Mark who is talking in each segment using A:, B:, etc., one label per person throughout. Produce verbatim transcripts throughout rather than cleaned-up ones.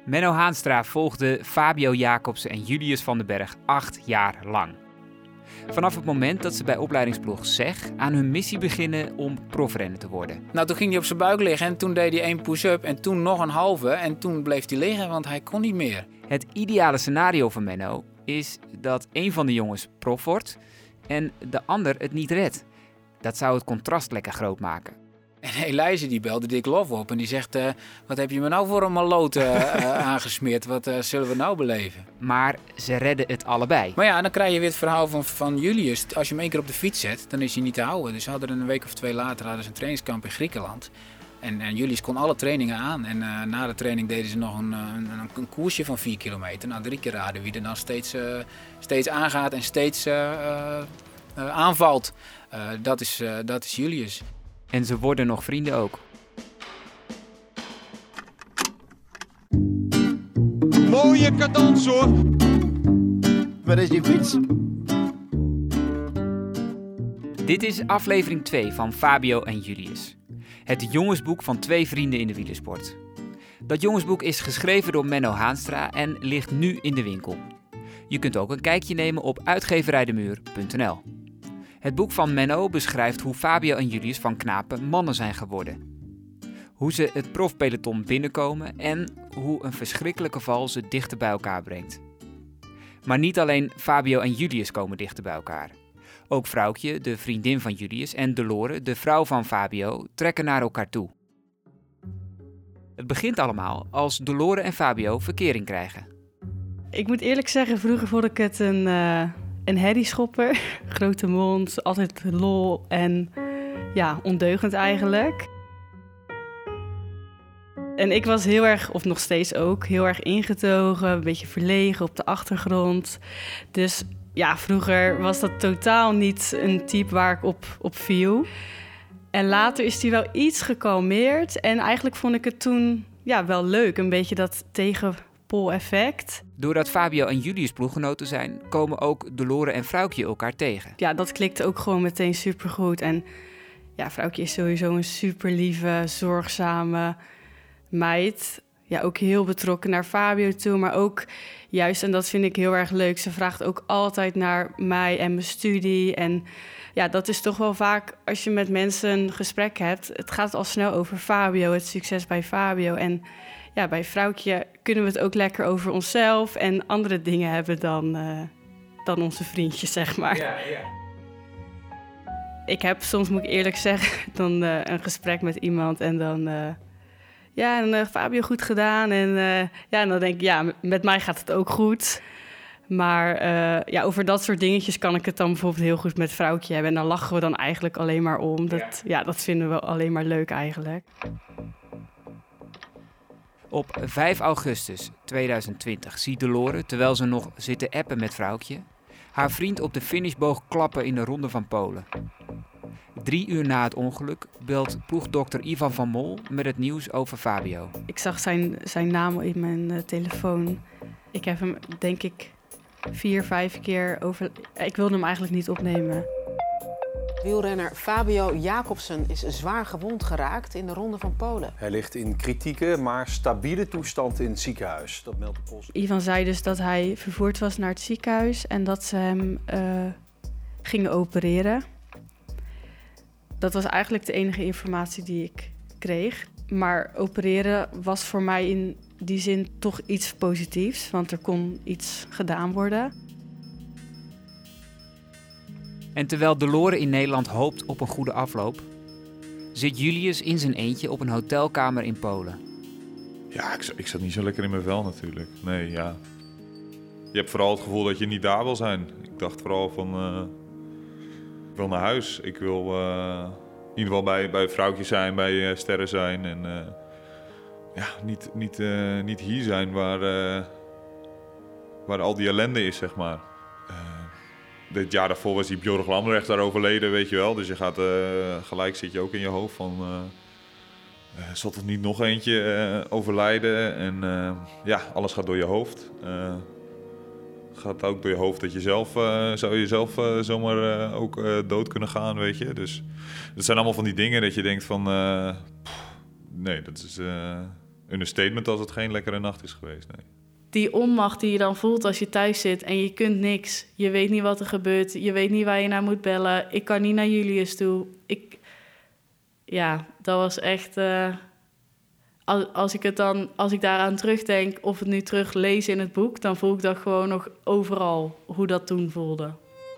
A: Menno Haanstra volgde Fabio Jacobsen en Julius van den Berg acht jaar lang. Vanaf het moment dat ze bij opleidingsploeg Zeg aan hun missie beginnen om profrenner te worden.
B: Nou, toen ging hij op zijn buik liggen en toen deed hij één push-up en toen nog een halve en toen bleef hij liggen, want hij kon niet meer.
A: Het ideale scenario voor Menno is dat een van de jongens prof wordt en de ander het niet redt. Dat zou het contrast lekker groot maken.
B: En Elijah die belde Dick Lof op en die zegt, uh, wat heb je me nou voor een maloot uh, uh, aangesmeerd? Wat uh, zullen we nou beleven?
A: Maar ze redden het allebei.
B: Maar ja, dan krijg je weer het verhaal van, van Julius. Als je hem één keer op de fiets zet, dan is hij niet te houden. Dus ze hadden een week of twee later hadden ze een trainingskamp in Griekenland. En, en Julius kon alle trainingen aan. En uh, na de training deden ze nog een, een, een, een koersje van vier kilometer. Nou, drie keer raden wie er dan steeds, uh, steeds aangaat en steeds uh, uh, uh, aanvalt. Uh, dat, is, uh, dat is Julius.
A: En ze worden nog vrienden ook.
C: Mooie cadans hoor.
D: Waar is die fiets?
A: Dit is aflevering twee van Fabio en Julius. Het jongensboek van twee vrienden in de wielersport. Dat jongensboek is geschreven door Menno Haanstra en ligt nu in de winkel. Je kunt ook een kijkje nemen op uitgeverij de muur punt n l. Het boek van Menno beschrijft hoe Fabio en Julius van knapen mannen zijn geworden. Hoe ze het profpeloton binnenkomen en hoe een verschrikkelijke val ze dichter bij elkaar brengt. Maar niet alleen Fabio en Julius komen dichter bij elkaar. Ook Vrouwtje, de vriendin van Julius, en Delore, de vrouw van Fabio, trekken naar elkaar toe. Het begint allemaal als Delore en Fabio verkering krijgen.
E: Ik moet eerlijk zeggen, vroeger vond ik het een... Uh... Een herrieschopper, grote mond, altijd lol en ja, ondeugend eigenlijk. En ik was heel erg, of nog steeds ook, heel erg ingetogen, een beetje verlegen op de achtergrond. Dus ja, vroeger was dat totaal niet een type waar ik op, op viel. En later is die wel iets gekalmeerd en eigenlijk vond ik het toen ja, wel leuk, een beetje dat tegenpol-effect.
A: Doordat Fabio en Julius ploeggenoten zijn, komen ook Delore en Vrouwtje elkaar tegen.
E: Ja, dat klikte ook gewoon meteen supergoed. En ja, Vrouwtje is sowieso een super lieve, zorgzame meid. Ja, ook heel betrokken naar Fabio toe, maar ook juist, en dat vind ik heel erg leuk, ze vraagt ook altijd naar mij en mijn studie. En ja, dat is toch wel vaak, als je met mensen een gesprek hebt, het gaat al snel over Fabio, het succes bij Fabio. En ja, bij Vrouwtje kunnen we het ook lekker over onszelf en andere dingen hebben dan, uh, dan onze vriendjes, zeg maar.
A: Ja, ja.
E: Ik heb soms, moet ik eerlijk zeggen, dan uh, een gesprek met iemand en dan... Uh, ja, en uh, Fabio goed gedaan. En, uh, ja, en dan denk ik, ja, met mij gaat het ook goed. Maar uh, ja, over dat soort dingetjes kan ik het dan bijvoorbeeld heel goed met Vrouwtje hebben. En dan lachen we dan eigenlijk alleen maar om. Dat, ja. ja, dat vinden we alleen maar leuk eigenlijk.
A: Op vijf augustus tweeduizend twintig ziet Delore, terwijl ze nog zit te appen met Vrouwtje, haar vriend op de finishboog klappen in de Ronde van Polen. Drie uur na het ongeluk belt ploegdokter Ivan van Mol met het nieuws over Fabio.
E: Ik zag zijn, zijn naam in mijn uh, telefoon. Ik heb hem, denk ik, vier, vijf keer over... Ik wilde hem eigenlijk niet opnemen.
F: Wielrenner Fabio Jacobsen is zwaar gewond geraakt in de Ronde van Polen.
G: Hij ligt in kritieke, maar stabiele toestand in het ziekenhuis. Dat meldt de Post.
E: Ivan zei dus dat hij vervoerd was naar het ziekenhuis en dat ze hem uh, gingen opereren. Dat was eigenlijk de enige informatie die ik kreeg. Maar opereren was voor mij in die zin toch iets positiefs, want er kon iets gedaan worden.
A: En terwijl Delore in Nederland hoopt op een goede afloop, zit Julius in zijn eentje op een hotelkamer in Polen.
H: Ja, ik, ik zat niet zo lekker in mijn vel natuurlijk. Nee, ja. Je hebt vooral het gevoel dat je niet daar wil zijn. Ik dacht vooral van, uh, ik wil naar huis. Ik wil uh, in ieder geval bij, bij vrouwtjes zijn, bij uh, sterren zijn. En uh, ja, niet, niet, uh, niet hier zijn waar, uh, waar al die ellende is, zeg maar. Uh, dit jaar daarvoor was die Björn Lambrecht daar overleden, weet je wel. Dus je gaat, uh, gelijk zit je ook in je hoofd van... Uh, uh, zal er niet nog eentje uh, overlijden? En uh, ja, alles gaat door je hoofd. Uh, gaat ook door je hoofd dat je zelf... Uh, zou je zelf uh, zomaar uh, ook uh, dood kunnen gaan, weet je. Dus dat zijn allemaal van die dingen dat je denkt van... Uh, pff, nee, dat is... Uh, understatement als het geen lekkere nacht is geweest, nee.
I: Die onmacht die je dan voelt als je thuis zit en je kunt niks. Je weet niet wat er gebeurt, je weet niet waar je naar moet bellen. Ik kan niet naar Julius toe. Ik, ja, dat was echt... Uh, als, als ik het dan, als ik daaraan terugdenk of het nu terug lees in het boek, dan voel ik dat gewoon nog overal, hoe dat toen voelde.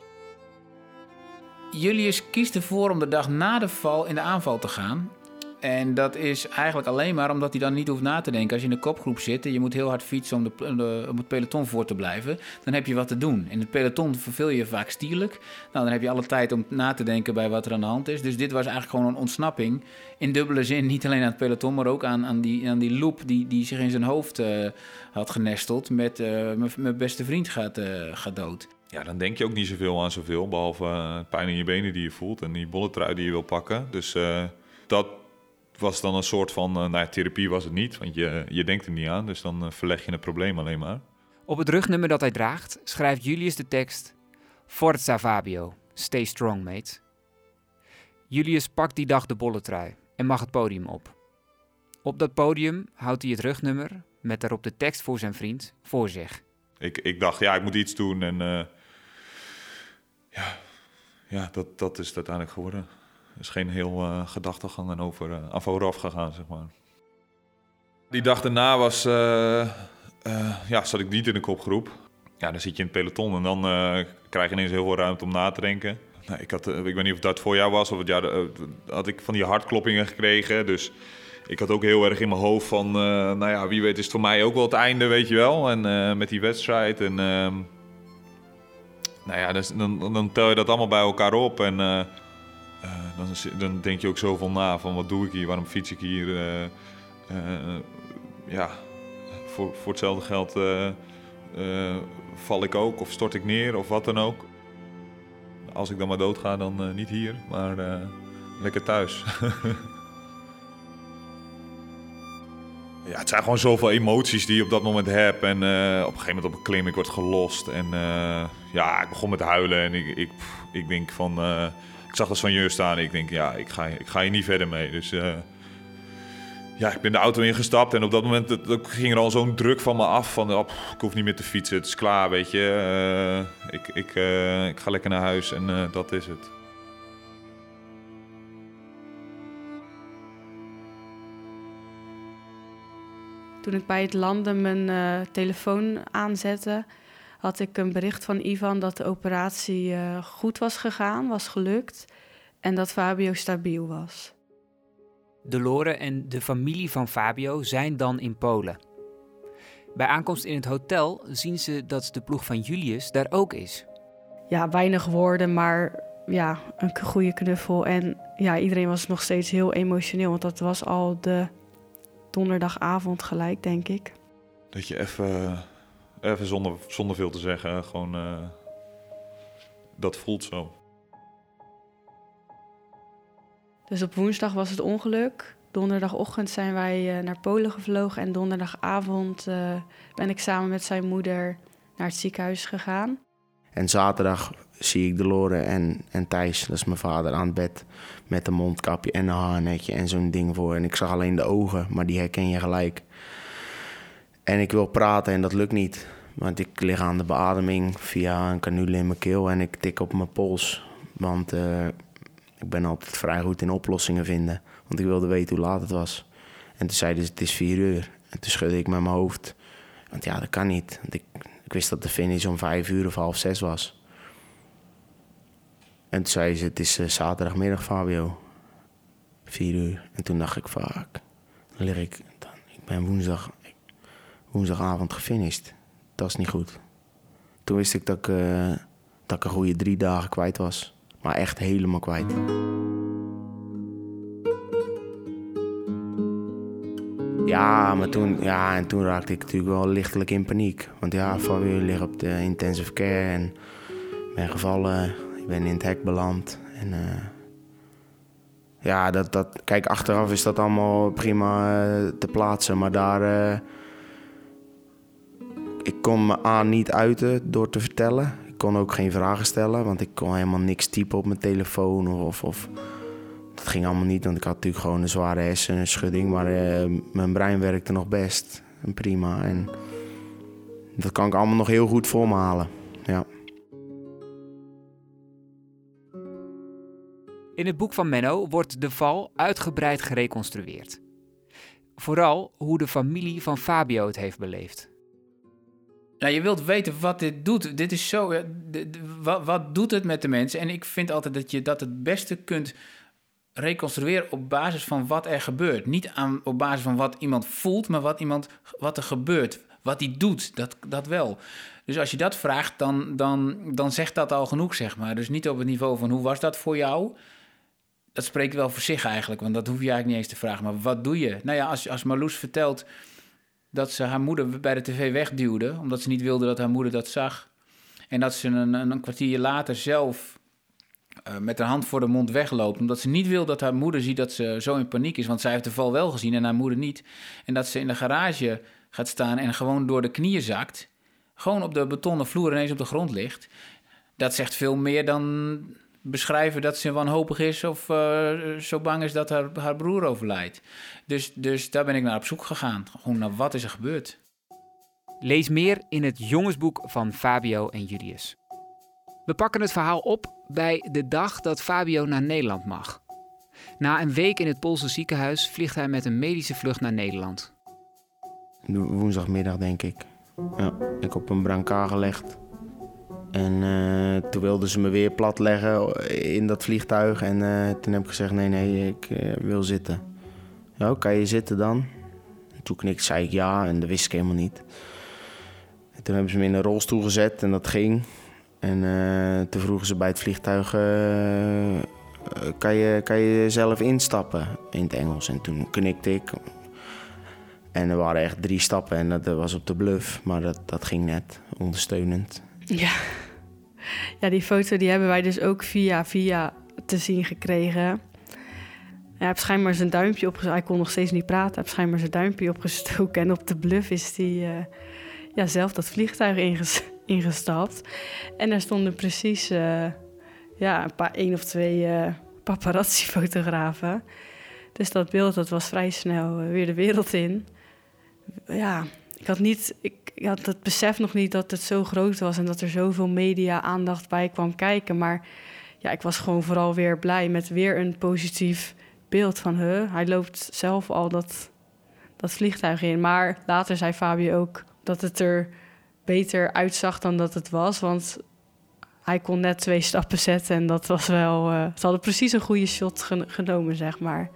B: Julius kiest ervoor om de dag na de val in de aanval te gaan. En dat is eigenlijk alleen maar omdat hij dan niet hoeft na te denken. Als je in de kopgroep zit en je moet heel hard fietsen om, de, de, om het peloton voor te blijven, dan heb je wat te doen. In het peloton verveel je je vaak stierlijk. Nou, dan heb je alle tijd om na te denken bij wat er aan de hand is. Dus dit was eigenlijk gewoon een ontsnapping. In dubbele zin, niet alleen aan het peloton, maar ook aan, aan, die, aan die loop die, die zich in zijn hoofd uh, had genesteld met uh, mijn beste vriend gaat, uh, gaat dood.
H: Ja, dan denk je ook niet zoveel aan zoveel, behalve uh, pijn in je benen die je voelt en die bolletrui die je wil pakken. Dus uh, dat was dan een soort van, uh, nou ja, therapie was het niet, want je, je denkt er niet aan, dus dan uh, verleg je het probleem alleen maar.
A: Op het rugnummer dat hij draagt schrijft Julius de tekst Forza Fabio, stay strong mate. Julius pakt die dag de bolletrui en mag het podium op. Op dat podium houdt hij het rugnummer met daarop de tekst voor zijn vriend voor zich. Ik,
H: ik dacht, ja, ik moet iets doen en uh, ja, ja dat, dat is het uiteindelijk geworden. Er is geen heel uh, gedachtegang aan, over, uh, aan vooraf gegaan, zeg maar. Die dag daarna was, uh, uh, ja, zat ik niet in de kopgroep. Ja, dan zit je in het peloton en dan uh, krijg je ineens heel veel ruimte om na te denken. Nou, ik, had, uh, ik weet niet of dat voor jou was of het jaar, uh, had ik van die hartkloppingen gekregen. Dus ik had ook heel erg in mijn hoofd van, uh, nou ja, wie weet is het voor mij ook wel het einde, weet je wel. En uh, met die wedstrijd en, uh, nou ja, dus, dan, dan tel je dat allemaal bij elkaar op en uh, uh, dan, dan denk je ook zoveel na van, wat doe ik hier, waarom fiets ik hier? Uh, uh, ja, voor, voor hetzelfde geld uh, uh, val ik ook of stort ik neer of wat dan ook. Als ik dan maar doodga, dan uh, niet hier, maar uh, lekker thuis. Ja, het zijn gewoon zoveel emoties die je op dat moment hebt. En uh, op een gegeven moment op een klim, ik word gelost. En uh, ja, ik begon met huilen. En ik, ik, ik denk van... Uh, ik zag dat soigneur staan en ik denk, ja, ik ga, ik ga hier niet verder mee. Dus uh, ja, ik ben de auto ingestapt. En op dat moment het, het ging er al zo'n druk van me af. Van, oh, pff, ik hoef niet meer te fietsen, het is klaar, weet je. Uh, ik, ik, uh, ik ga lekker naar huis en uh, dat is het.
E: Toen ik bij het landen mijn uh, telefoon aanzette, had ik een bericht van Ivan dat de operatie uh, goed was gegaan, was gelukt en dat Fabio stabiel was.
A: Dolore en de familie van Fabio zijn dan in Polen. Bij aankomst in het hotel zien ze dat de ploeg van Julius daar ook is.
E: Ja, weinig woorden, maar ja, een goede knuffel. En ja, iedereen was nog steeds heel emotioneel, want dat was al de donderdagavond gelijk, denk ik.
H: Dat je even, even zonder, zonder veel te zeggen, gewoon uh, dat voelt zo.
E: Dus op woensdag was het ongeluk. Donderdagochtend zijn wij uh, naar Polen gevlogen en donderdagavond uh, ben ik samen met zijn moeder naar het ziekenhuis gegaan.
D: En zaterdag zie ik Dolore en, en Thijs, dat is mijn vader, aan het bed met een mondkapje en een haarnetje en zo'n ding voor. En ik zag alleen de ogen, maar die herken je gelijk. En ik wil praten en dat lukt niet, want ik lig aan de beademing via een canule in mijn keel en ik tik op mijn pols. Want uh, ik ben altijd vrij goed in oplossingen vinden, want ik wilde weten hoe laat het was. En toen zeiden ze, het is vier uur. En toen schudde ik met mijn hoofd, want ja, dat kan niet. Want ik, ik wist dat de finish om vijf uur of half zes was. En toen zei ze, het is uh, zaterdagmiddag, Fabio. Vier uur. En toen dacht ik, fuck. Dan lig ik, dan, ik ben woensdag, woensdagavond gefinished. Dat is niet goed. Toen wist ik dat ik, uh, dat ik een goede drie dagen kwijt was. Maar echt helemaal kwijt. Ja, maar toen, ja, en toen raakte ik natuurlijk wel lichtelijk in paniek. Want ja, Fabio ligt op de intensive care en ben gevallen. Ik ben in het hek beland. En, uh, ja, dat, dat, kijk, achteraf is dat allemaal prima uh, te plaatsen. Maar daar... Uh, ik kon me aan niet uiten door te vertellen. Ik kon ook geen vragen stellen, want ik kon helemaal niks typen op mijn telefoon. Of, of dat ging allemaal niet, want ik had natuurlijk gewoon een zware hersenschudding. Maar uh, mijn brein werkte nog best en prima. En dat kan ik allemaal nog heel goed voor me halen. Ja.
A: In het boek van Menno wordt de val uitgebreid gereconstrueerd. Vooral hoe de familie van Fabio het heeft beleefd.
B: Nou, je wilt weten wat dit doet. Dit is zo. De, de, wat, wat doet het met de mensen? En ik vind altijd dat je dat het beste kunt reconstrueren op basis van wat er gebeurt. Niet aan, op basis van wat iemand voelt, maar wat, iemand, wat er gebeurt. Wat hij doet, dat, dat wel. Dus als je dat vraagt, dan, dan, dan zegt dat al genoeg, zeg maar. Dus niet op het niveau van hoe was dat voor jou? Dat spreekt wel voor zich eigenlijk, want dat hoef je eigenlijk niet eens te vragen. Maar wat doe je? Nou ja, als, als Marloes vertelt dat ze haar moeder bij de tv wegduwde, omdat ze niet wilde dat haar moeder dat zag. En dat ze een, een kwartier later zelf uh, met haar hand voor de mond wegloopt, omdat ze niet wil dat haar moeder ziet dat ze zo in paniek is. Want zij heeft de val wel gezien en haar moeder niet. En dat ze in de garage gaat staan en gewoon door de knieën zakt. Gewoon op de betonnen vloer ineens op de grond ligt. Dat zegt veel meer dan beschrijven dat ze wanhopig is of uh, zo bang is dat haar, haar broer overlijdt. Dus, dus daar ben ik naar op zoek gegaan. Gewoon naar wat is er gebeurd.
A: Lees meer in het jongensboek van Fabio en Julius. We pakken het verhaal op bij de dag dat Fabio naar Nederland mag. Na een week in het Poolse ziekenhuis vliegt hij met een medische vlucht naar Nederland.
D: Woensdagmiddag, denk ik. Ja, ik op een brancard gelegd. En uh, toen wilden ze me weer platleggen in dat vliegtuig. En uh, toen heb ik gezegd, nee, nee, ik uh, wil zitten. Ja, kan je zitten dan? En toen knikte, zei ik ja, en dat wist ik helemaal niet. En toen hebben ze me in een rolstoel gezet en dat ging. En uh, toen vroegen ze bij het vliegtuig, uh, kan, je, kan je zelf instappen in het Engels? En toen knikte ik. En er waren echt drie stappen en dat was op de bluff. Maar dat, dat ging net, ondersteunend.
E: Ja. Ja, die foto die hebben wij dus ook via via te zien gekregen. Hij heeft schijnbaar zijn duimpje opgestoken. Hij kon nog steeds niet praten. Hij heeft schijnbaar zijn duimpje opgestoken. En op de bluff is hij uh, ja, zelf dat vliegtuig inges- ingestapt. En daar stonden precies uh, ja, een paar één of twee uh, paparazzi-fotografen. Dus dat beeld dat was vrij snel uh, weer de wereld in. Ja, ik had niet... Ik, Ik had het besef nog niet dat het zo groot was en dat er zoveel media-aandacht bij kwam kijken. Maar ja, ik was gewoon vooral weer blij met weer een positief beeld van... Huh, hij loopt zelf al dat, dat vliegtuig in. Maar later zei Fabio ook dat het er beter uitzag dan dat het was. Want hij kon net twee stappen zetten en dat was wel... Uh, ze hadden precies een goede shot gen- genomen, zeg maar.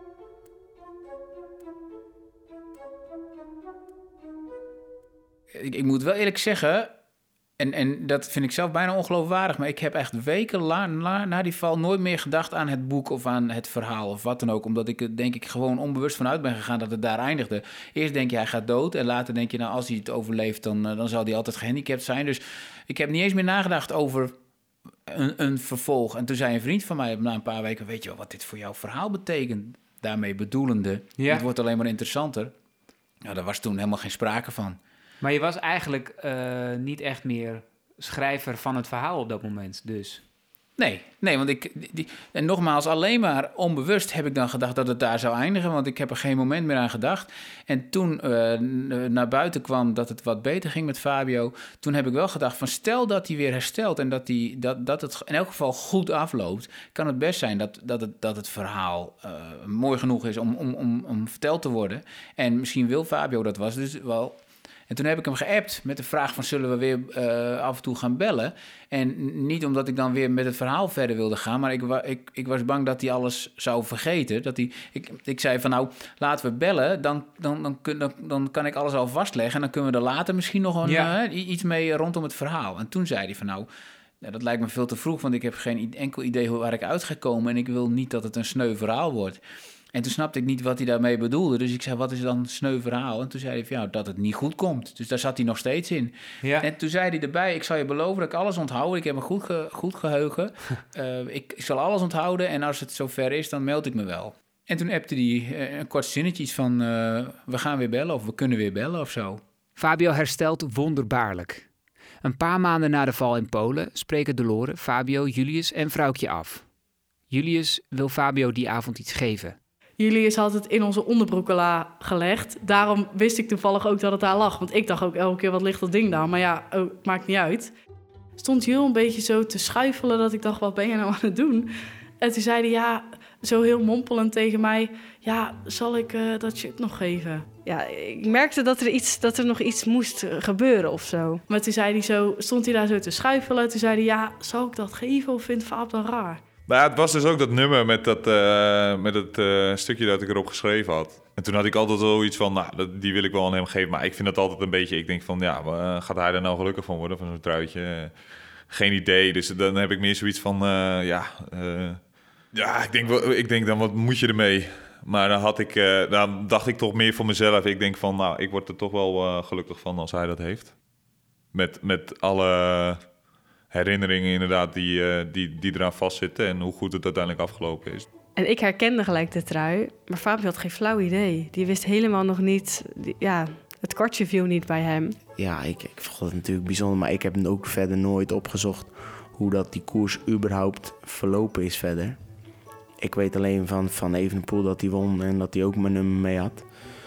B: Ik, ik moet wel eerlijk zeggen, en, en dat vind ik zelf bijna ongeloofwaardig... maar ik heb echt weken la, na, na die val nooit meer gedacht aan het boek... of aan het verhaal of wat dan ook. Omdat ik er denk ik gewoon onbewust vanuit ben gegaan dat het daar eindigde. Eerst denk je hij gaat dood en later denk je... nou als hij het overleeft dan, dan zal hij altijd gehandicapt zijn. Dus ik heb niet eens meer nagedacht over een, een vervolg. En toen zei een vriend van mij na een paar weken... weet je wel wat dit voor jouw verhaal betekent? Daarmee bedoelende, ja. Het wordt alleen maar interessanter. Nou, daar was toen helemaal geen sprake van...
A: Maar je was eigenlijk uh, niet echt meer schrijver van het verhaal op dat moment, dus?
B: Nee, nee, want ik... Die, en nogmaals, alleen maar onbewust heb ik dan gedacht dat het daar zou eindigen... want ik heb er geen moment meer aan gedacht. En toen uh, naar buiten kwam dat het wat beter ging met Fabio... toen heb ik wel gedacht van stel dat hij weer herstelt... en dat, die, dat, dat het in elk geval goed afloopt... kan het best zijn dat, dat, het, dat het verhaal uh, mooi genoeg is om, om, om, om verteld te worden. En misschien wil Fabio dat was, dus wel... En toen heb ik hem geappt met de vraag van zullen we weer uh, af en toe gaan bellen. En niet omdat ik dan weer met het verhaal verder wilde gaan, maar ik, wa- ik, ik was bang dat hij alles zou vergeten. Dat hij, ik, ik zei van nou, laten we bellen, dan, dan, dan, kun, dan, dan kan ik alles al vastleggen. En dan kunnen we er later misschien nog een, ja. uh, iets mee rondom het verhaal. En toen zei hij van nou, nou, dat lijkt me veel te vroeg, want ik heb geen enkel idee waar ik uit ga komen. En ik wil niet dat het een sneu verhaal wordt. En toen snapte ik niet wat hij daarmee bedoelde. Dus ik zei, wat is dan een sneu verhaal? En toen zei hij van, ja, dat het niet goed komt. Dus daar zat hij nog steeds in. Ja. En toen zei hij erbij, ik zal je beloven dat ik alles onthoud. Ik heb een goed, ge- goed geheugen. uh, ik, ik zal alles onthouden en als het zover is, dan meld ik me wel. En toen appte hij uh, een kort zinnetje iets van, uh, we gaan weer bellen of we kunnen weer bellen of zo.
A: Fabio herstelt wonderbaarlijk. Een paar maanden na de val in Polen spreken Dolore, Fabio, Julius en vrouwtje af. Julius wil Fabio die avond iets geven.
I: Julius had het in onze onderbroeken la gelegd. Daarom wist ik toevallig ook dat het daar lag. Want ik dacht ook elke keer, wat ligt dat ding daar? Maar ja, oh, maakt niet uit. Stond Jul een beetje zo te schuifelen dat ik dacht, wat ben je nou aan het doen? En toen zei hij, ja, zo heel mompelend tegen mij, ja, zal ik uh, dat shirt nog geven?
E: Ja, ik merkte dat er, iets, dat er nog iets moest gebeuren of zo.
I: Maar toen zei hij zo, stond hij daar zo te schuifelen. Toen zei hij, ja, zal ik dat geven of vindt Faap dan raar?
H: Maar ja, het was dus ook dat nummer met dat uh, met het uh, stukje dat ik erop geschreven had. En toen had ik altijd wel iets van, nou, dat, die wil ik wel aan hem geven. Maar ik vind dat altijd een beetje, ik denk van, ja, uh, gaat hij er nou gelukkig van worden, van zo'n truitje? Uh, geen idee. Dus dan heb ik meer zoiets van, uh, ja, uh, ja, ik denk, ik denk dan, wat moet je ermee? Maar dan, had ik, uh, dan dacht ik toch meer voor mezelf. Ik denk van, nou, ik word er toch wel uh, gelukkig van als hij dat heeft. Met, met alle herinneringen inderdaad die, uh, die, die eraan vastzitten en hoe goed het uiteindelijk afgelopen is.
E: En ik herkende gelijk de trui, maar Fabio had geen flauw idee. Die wist helemaal nog niet, die, ja, het kwartje viel niet bij hem.
D: Ja, ik, ik vond het natuurlijk bijzonder, maar ik heb ook verder nooit opgezocht hoe dat die koers überhaupt verlopen is verder. Ik weet alleen van, van Evenepoel dat hij won en dat hij ook mijn nummer mee had.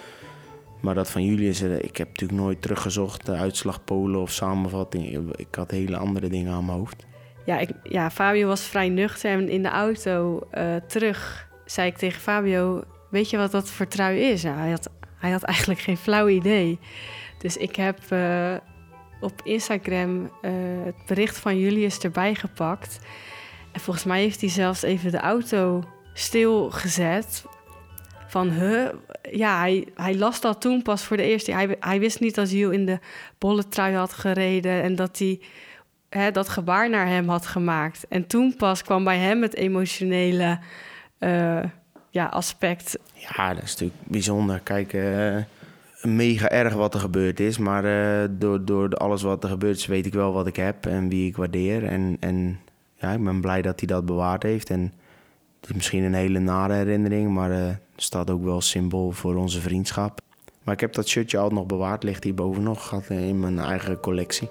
D: Maar dat van Julius, ik heb natuurlijk nooit teruggezocht, de uitslag Polen of samenvatting. Ik had hele andere dingen aan mijn hoofd.
E: Ja, ik, ja Fabio was vrij nuchter en in de auto uh, terug zei ik tegen Fabio, weet je wat dat voor trui is? Nou, hij, had, hij had eigenlijk geen flauw idee. Dus ik heb uh, op Instagram uh, het bericht van Julius erbij gepakt. En volgens mij heeft hij zelfs even de auto stilgezet. Van, huh? Ja, hij, hij las dat toen pas voor de eerste keer. Hij, hij wist niet dat Jules in de bolletrui had gereden en dat hij hè, dat gebaar naar hem had gemaakt. En toen pas kwam bij hem het emotionele uh, ja, aspect.
D: Ja, dat is natuurlijk bijzonder. Kijk, uh, mega erg wat er gebeurd is. Maar uh, door, door alles wat er gebeurd is, weet ik wel wat ik heb en wie ik waardeer. En, en ja, ik ben blij dat hij dat bewaard heeft. En het is misschien een hele nare herinnering, maar uh, het staat ook wel symbool voor onze vriendschap. Maar ik heb dat shirtje altijd nog bewaard, ligt hierboven nog, gaat in mijn eigen collectie.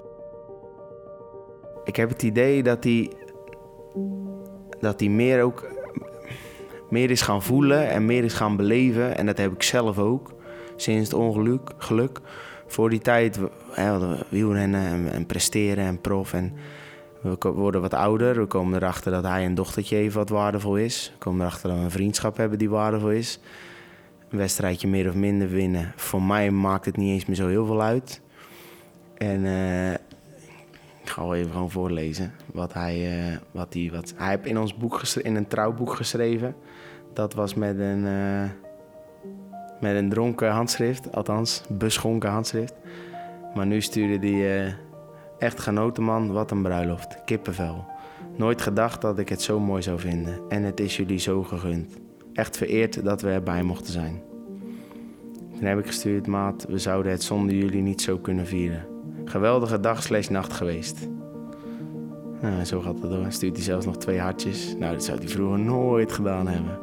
D: Ik heb het idee dat hij, dat hij meer ook meer is gaan voelen en meer is gaan beleven. En dat heb ik zelf ook, sinds het ongeluk. Geluk. Voor die tijd hè, wielrennen en, en presteren en prof. En we worden wat ouder. We komen erachter dat hij een dochtertje heeft wat waardevol is. We komen erachter dat we een vriendschap hebben die waardevol is. Een wedstrijdje meer of minder winnen. Voor mij maakt het niet eens meer zo heel veel uit. En uh, ik ga wel even gewoon voorlezen. Wat hij, uh, wat hij, wat, hij heeft in ons boek in een trouwboek geschreven. Dat was met een, uh, met een dronken handschrift. Althans, beschonken handschrift. Maar nu stuurde hij... Uh, Echt genoten man, wat een bruiloft. Kippenvel. Nooit gedacht dat ik het zo mooi zou vinden. En het is jullie zo gegund. Echt vereerd dat we erbij mochten zijn. Toen heb ik gestuurd, maat, we zouden het zonder jullie niet zo kunnen vieren. Geweldige dag slash nacht geweest. Nou, zo gaat het door. Stuurt hij zelfs nog twee hartjes. Nou, dat zou hij vroeger nooit gedaan hebben.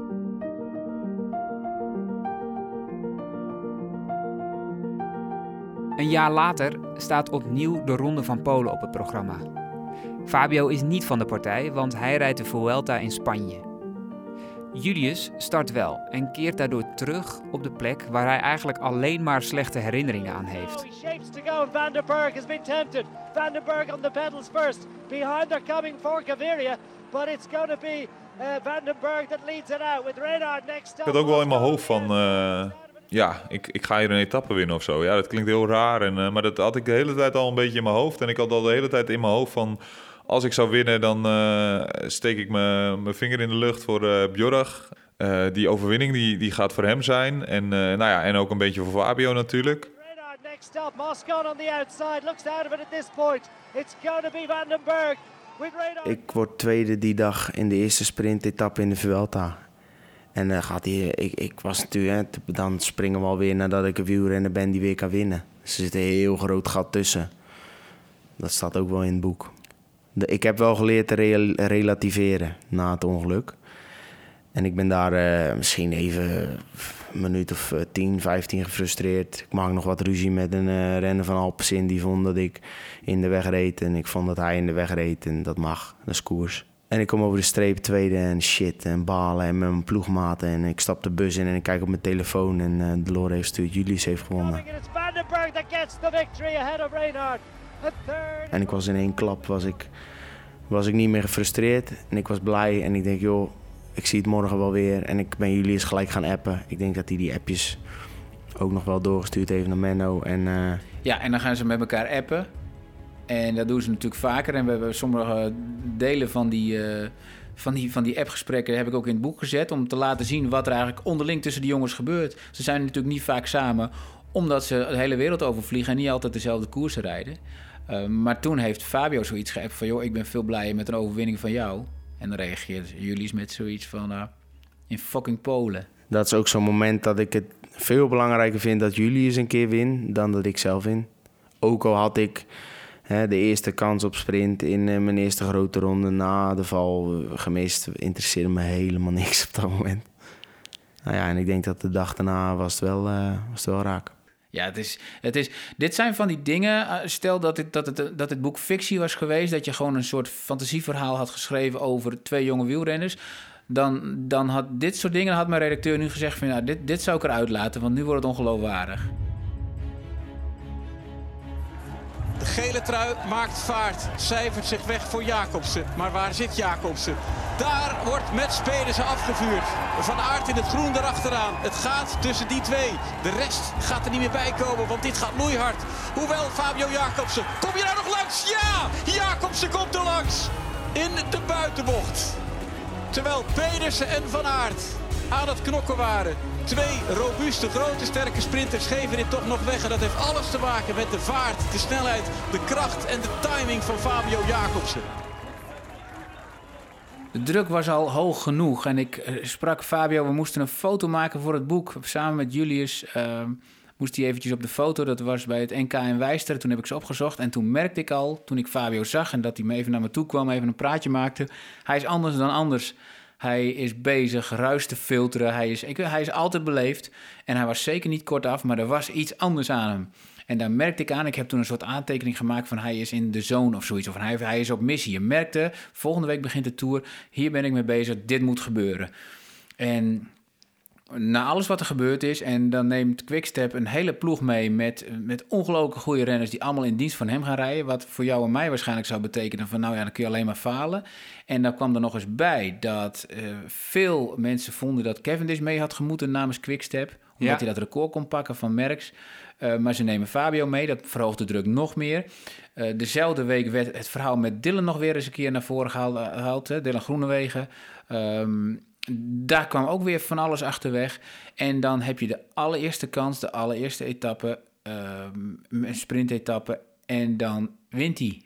A: Een jaar later staat opnieuw de Ronde van Polen op het programma. Fabio is niet van de partij, want hij rijdt de Vuelta in Spanje. Julius start wel en keert daardoor terug op de plek waar hij eigenlijk alleen maar slechte herinneringen aan heeft.
J: Van den Berg has been tempted. Van den Berg on the pedals first. Behind they're coming for Gaviria, but it's going to be uh, Van den Berg that leads it out with Reynard next.
H: Ik had ook wel in mijn hoofd van... Uh... Ja, ik, ik ga hier een etappe winnen of zo. Ja, dat klinkt heel raar. En, uh, maar dat had ik de hele tijd al een beetje in mijn hoofd. En ik had al de hele tijd in mijn hoofd van... Als ik zou winnen, dan uh, steek ik mijn vinger in de lucht voor uh, Bjorg. Uh, die overwinning die, die gaat voor hem zijn. En, uh, nou ja, en ook een beetje voor Fabio natuurlijk.
J: Next up, Moscon on the outside. Looks out of it at this point. It's going to be Van den Berg.
D: Ik word tweede die dag in de eerste sprintetappe in de Vuelta. En dan gaat hij, ik, ik was natuurlijk, hè, dan springen we alweer nadat ik een wielrenner ben die weer kan winnen. Dus er zit een heel groot gat tussen. Dat staat ook wel in het boek. De, ik heb wel geleerd te re- relativeren na het ongeluk. En ik ben daar uh, misschien even een minuut of uh, tien, vijftien gefrustreerd. Ik maak nog wat ruzie met een uh, renner van Alpecin die vond dat ik in de weg reed. En ik vond dat hij in de weg reed en dat mag, dat is koers. En ik kom over de streep tweede en shit en balen en met mijn ploegmaten. En ik stap de bus in en ik kijk op mijn telefoon en uh, de Lore heeft gestuurd. Julius heeft gewonnen. En ik was in één klap, was ik, was ik niet meer gefrustreerd. En ik was blij en ik denk, joh, ik zie het morgen wel weer. En ik ben Julius gelijk gaan appen. Ik denk dat hij die appjes ook nog wel doorgestuurd heeft naar Menno. En, uh...
B: Ja, en dan gaan ze met elkaar appen. En dat doen ze natuurlijk vaker. En we hebben sommige delen van die, uh, van die, van die appgesprekken heb ik ook in het boek gezet. Om te laten zien wat er eigenlijk onderling tussen de jongens gebeurt. Ze zijn natuurlijk niet vaak samen, omdat ze de hele wereld overvliegen en niet altijd dezelfde koersen rijden. Uh, maar toen heeft Fabio zoiets geappt van, joh, ik ben veel blijer met een overwinning van jou. En dan reageert Julius met zoiets van, uh, in fucking Polen.
D: Dat is ook zo'n moment dat ik het veel belangrijker vind dat Julius een keer win dan dat ik zelf win. Ook al had ik hè, de eerste kans op sprint in uh, mijn eerste grote ronde na de val uh, gemist. Interesseerde me helemaal niks op dat moment. Nou ja, en ik denk dat de dag daarna was het wel, uh, was het wel raak.
B: Ja, het is, het is, dit zijn van die dingen. Stel dat het, dat, het, dat het boek fictie was geweest, dat je gewoon een soort fantasieverhaal had geschreven over twee jonge wielrenners. Dan, dan had dit soort dingen, had mijn redacteur nu gezegd van, nou, dit, dit zou ik eruit laten, want nu wordt het ongeloofwaardig.
C: De gele trui maakt vaart, cijfert zich weg voor Jacobsen. Maar waar zit Jacobsen? Daar wordt met Pedersen afgevuurd. Van Aert in het groen erachteraan. Het gaat tussen die twee. De rest gaat er niet meer bij komen, want dit gaat loeihard. Hoewel Fabio Jacobsen. Kom je daar nog langs? Ja! Jacobsen komt er langs. In de buitenbocht. Terwijl Pedersen en Van Aert aan het knokken waren. Twee robuuste, grote, sterke sprinters geven dit toch nog weg. En dat heeft alles te maken met de vaart, de snelheid, de kracht en de timing van Fabio Jacobsen.
B: De druk was al hoog genoeg en ik uh, sprak Fabio, we moesten een foto maken voor het boek. Samen met Julius uh, moest hij eventjes op de foto, dat was bij het N K in Wijster. Toen heb ik ze opgezocht en toen merkte ik al, toen ik Fabio zag en dat hij me even naar me toe kwam, even een praatje maakte. Hij is anders dan anders. Hij is bezig ruis te filteren. Hij is, ik, hij is altijd beleefd. En hij was zeker niet kortaf, maar er was iets anders aan hem. En daar merkte ik aan. Ik heb toen een soort aantekening gemaakt van hij is in de zone of zoiets. Of hij, hij is op missie. Je merkte, volgende week begint de Tour. Hier ben ik mee bezig. Dit moet gebeuren. En na alles wat er gebeurd is, en dan neemt Quickstep een hele ploeg mee met, met ongelooflijk goede renners die allemaal in dienst van hem gaan rijden. Wat voor jou en mij waarschijnlijk zou betekenen van nou ja, dan kun je alleen maar falen. En dan kwam er nog eens bij dat uh, veel mensen vonden dat Cavendish mee had gemoeten namens Quickstep. Omdat ja. hij dat record kon pakken van Merckx. Uh, maar ze nemen Fabio mee, dat verhoogt de druk nog meer. Uh, dezelfde week werd het verhaal met Dylan nog weer eens een keer naar voren gehaald. Hè? Dylan Groenewegen. Um, Daar kwam ook weer van alles achterweg. En dan heb je de allereerste kans, de allereerste etappe, uh, een sprintetappe. En dan wint hij.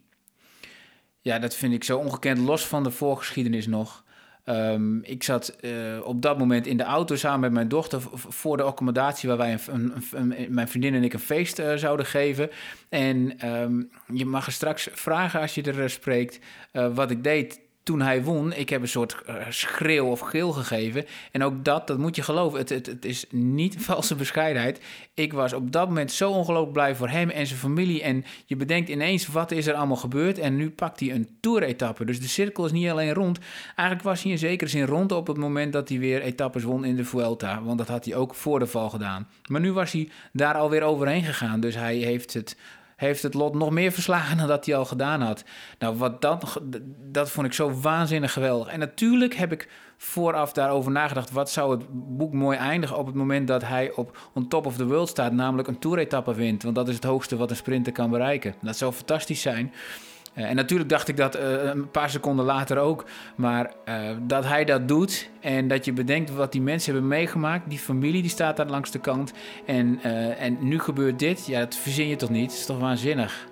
B: Ja, dat vind ik zo ongekend, los van de voorgeschiedenis nog. Um, ik zat uh, op dat moment in de auto samen met mijn dochter voor de accommodatie waar wij een, een, een, mijn vriendin en ik een feest uh, zouden geven. En um, je mag er straks vragen als je er uh, spreekt uh, wat ik deed toen hij won. Ik heb een soort uh, schreeuw of gil gegeven. En ook dat, dat moet je geloven. Het, het, het is niet valse bescheidenheid. Ik was op dat moment zo ongelooflijk blij voor hem en zijn familie. En je bedenkt ineens, wat is er allemaal gebeurd? En nu pakt hij een tour-etappe. Dus de cirkel is niet alleen rond. Eigenlijk was hij in zekere zin rond op het moment dat hij weer etappes won in de Vuelta. Want dat had hij ook voor de val gedaan. Maar nu was hij daar alweer overheen gegaan. Dus hij heeft het... heeft het lot nog meer verslagen dan dat hij al gedaan had. Nou, wat dat, dat vond ik zo waanzinnig geweldig. En natuurlijk heb ik vooraf daarover nagedacht, wat zou het boek mooi eindigen op het moment dat hij op on top of the world staat, namelijk een toeretappe wint. Want dat is het hoogste wat een sprinter kan bereiken. Dat zou fantastisch zijn. Uh, en natuurlijk dacht ik dat uh, een paar seconden later ook. Maar uh, dat hij dat doet en dat je bedenkt wat die mensen hebben meegemaakt. Die familie die staat daar langs de kant. En, uh, en nu gebeurt dit. Ja, dat verzin je toch niet? Dat is toch waanzinnig?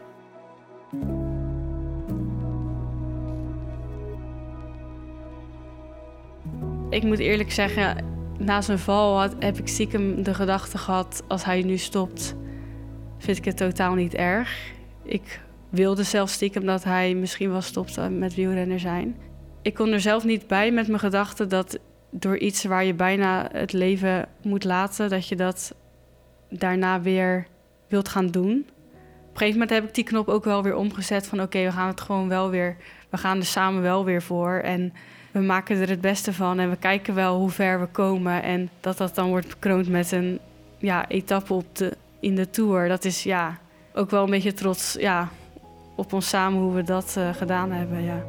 E: Ik moet eerlijk zeggen, na zijn val had, heb ik stiekem de gedachte gehad, als hij nu stopt, vind ik het totaal niet erg. Ik wilde zelf stiekem dat hij misschien wel stopte met wielrenner zijn. Ik kon er zelf niet bij met mijn gedachten dat door iets waar je bijna het leven moet laten, dat je dat daarna weer wilt gaan doen. Op een gegeven moment heb ik die knop ook wel weer omgezet van oké, okay, we gaan het gewoon wel weer we gaan er samen wel weer voor. En we maken er het beste van en we kijken wel hoe ver we komen. En dat dat dan wordt bekroond met een ja, etappe op de, in de Tour. Dat is ja, ook wel een beetje trots ja, op ons samen hoe we dat uh, gedaan hebben. Ja.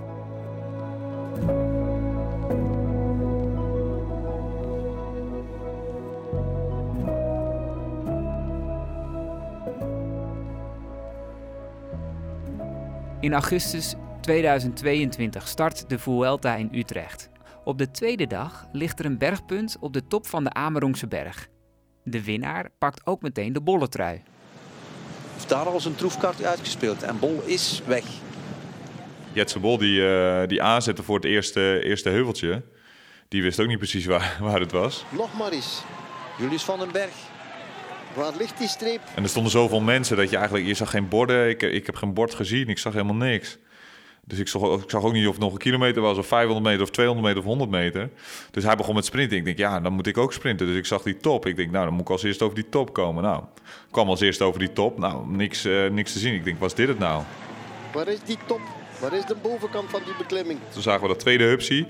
A: In augustus tweeduizend tweeëntwintig start de Vuelta in Utrecht. Op de tweede dag ligt er een bergpunt op de top van de Amerongse berg. De winnaar pakt ook meteen de bolletrui.
K: Heeft daar al zijn troefkaart uitgespeeld en Bol is weg.
H: Jetse Bol die, uh, die aanzette voor het eerste, eerste heuveltje. Die wist ook niet precies waar, waar het was.
K: Nog maar eens. Julius van den Berg. Waar ligt die streep?
H: En er stonden zoveel mensen dat je eigenlijk... Je zag geen borden. Ik, ik heb geen bord gezien. Ik zag helemaal niks. Dus ik zag, ik zag ook niet of het nog een kilometer was... of vijfhonderd meter of tweehonderd meter of honderd meter. Dus hij begon met sprinten. Ik denk, ja, dan moet ik ook sprinten. Dus ik zag die top. Ik denk, nou, dan moet ik als eerst over die top komen. Nou, ik kwam als eerst over die top. Nou, niks, uh, niks te zien. Ik denk, was dit het nou?
K: Waar is die top? Waar is de bovenkant van die beklimming?
H: Toen zagen we dat tweede hupsie.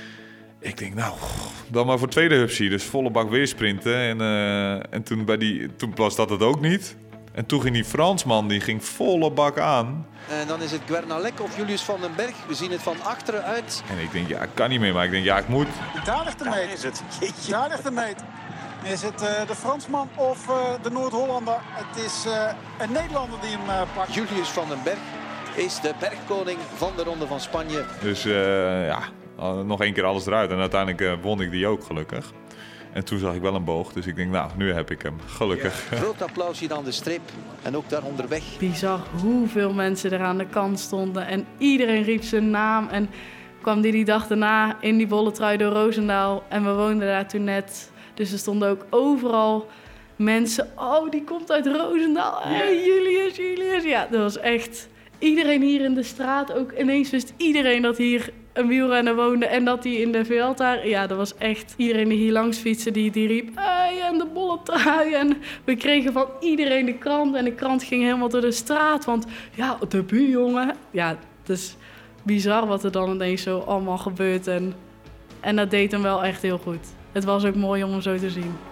H: Ik denk, nou, dan maar voor het tweede hupsie. Dus volle bak weer sprinten. En, uh, en toen, bij die, toen was dat het ook niet. En toen ging die Fransman, die ging volle bak aan.
K: En dan is het Guernalec of Julius van den Berg. We zien het van achteren uit.
H: En ik denk, ja, ik kan niet meer. Maar ik denk, ja, ik moet.
L: Daar ligt de meet. Daar is het. Jeetje. Daar ligt de meet. Is het uh, de Fransman of uh, de Noord-Hollander? Het is uh, een Nederlander die hem uh, pakt.
K: Julius van den Berg is de bergkoning van de Ronde van Spanje.
H: Dus uh, ja... nog één keer alles eruit. En uiteindelijk uh, won ik die ook, gelukkig. En toen zag ik wel een boog. Dus ik denk, nou, nu heb ik hem. Gelukkig.
K: Ja, groot applaus hier aan de streep. En ook daar onderweg.
I: Bizar hoeveel mensen er aan de kant stonden. En iedereen riep zijn naam. En kwam die die dag daarna in die bolletrui door Roosendaal. En we woonden daar toen net. Dus er stonden ook overal mensen. Oh, die komt uit Roosendaal. Hé, hey, Julius, Julius. Ja, dat was echt... Iedereen hier in de straat, ook ineens wist iedereen dat hier een wielrenner woonde en dat hij in de Vuelta... Ja, dat was echt iedereen die hier langs fietste, die, die riep... Hey, en de bolletrui. En we kregen van iedereen de krant en de krant ging helemaal door de straat. Want ja, debuut, jongen. Ja, het is bizar wat er dan ineens zo allemaal gebeurt. En, en dat deed hem wel echt heel goed. Het was ook mooi om hem zo te zien.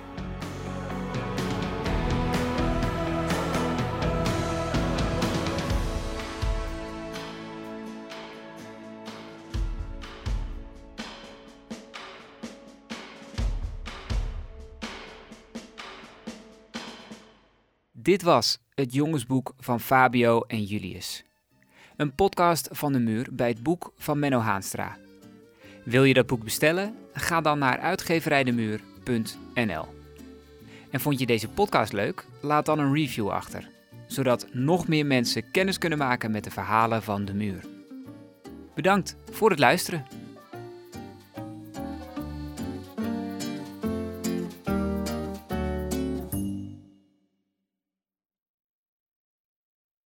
A: Dit was het jongensboek van Fabio en Julius. Een podcast van de Muur bij het boek van Menno Haanstra. Wil je dat boek bestellen? Ga dan naar uitgeverijdemuur punt n l. En vond je deze podcast leuk? Laat dan een review achter, zodat nog meer mensen kennis kunnen maken met de verhalen van de Muur. Bedankt voor het luisteren.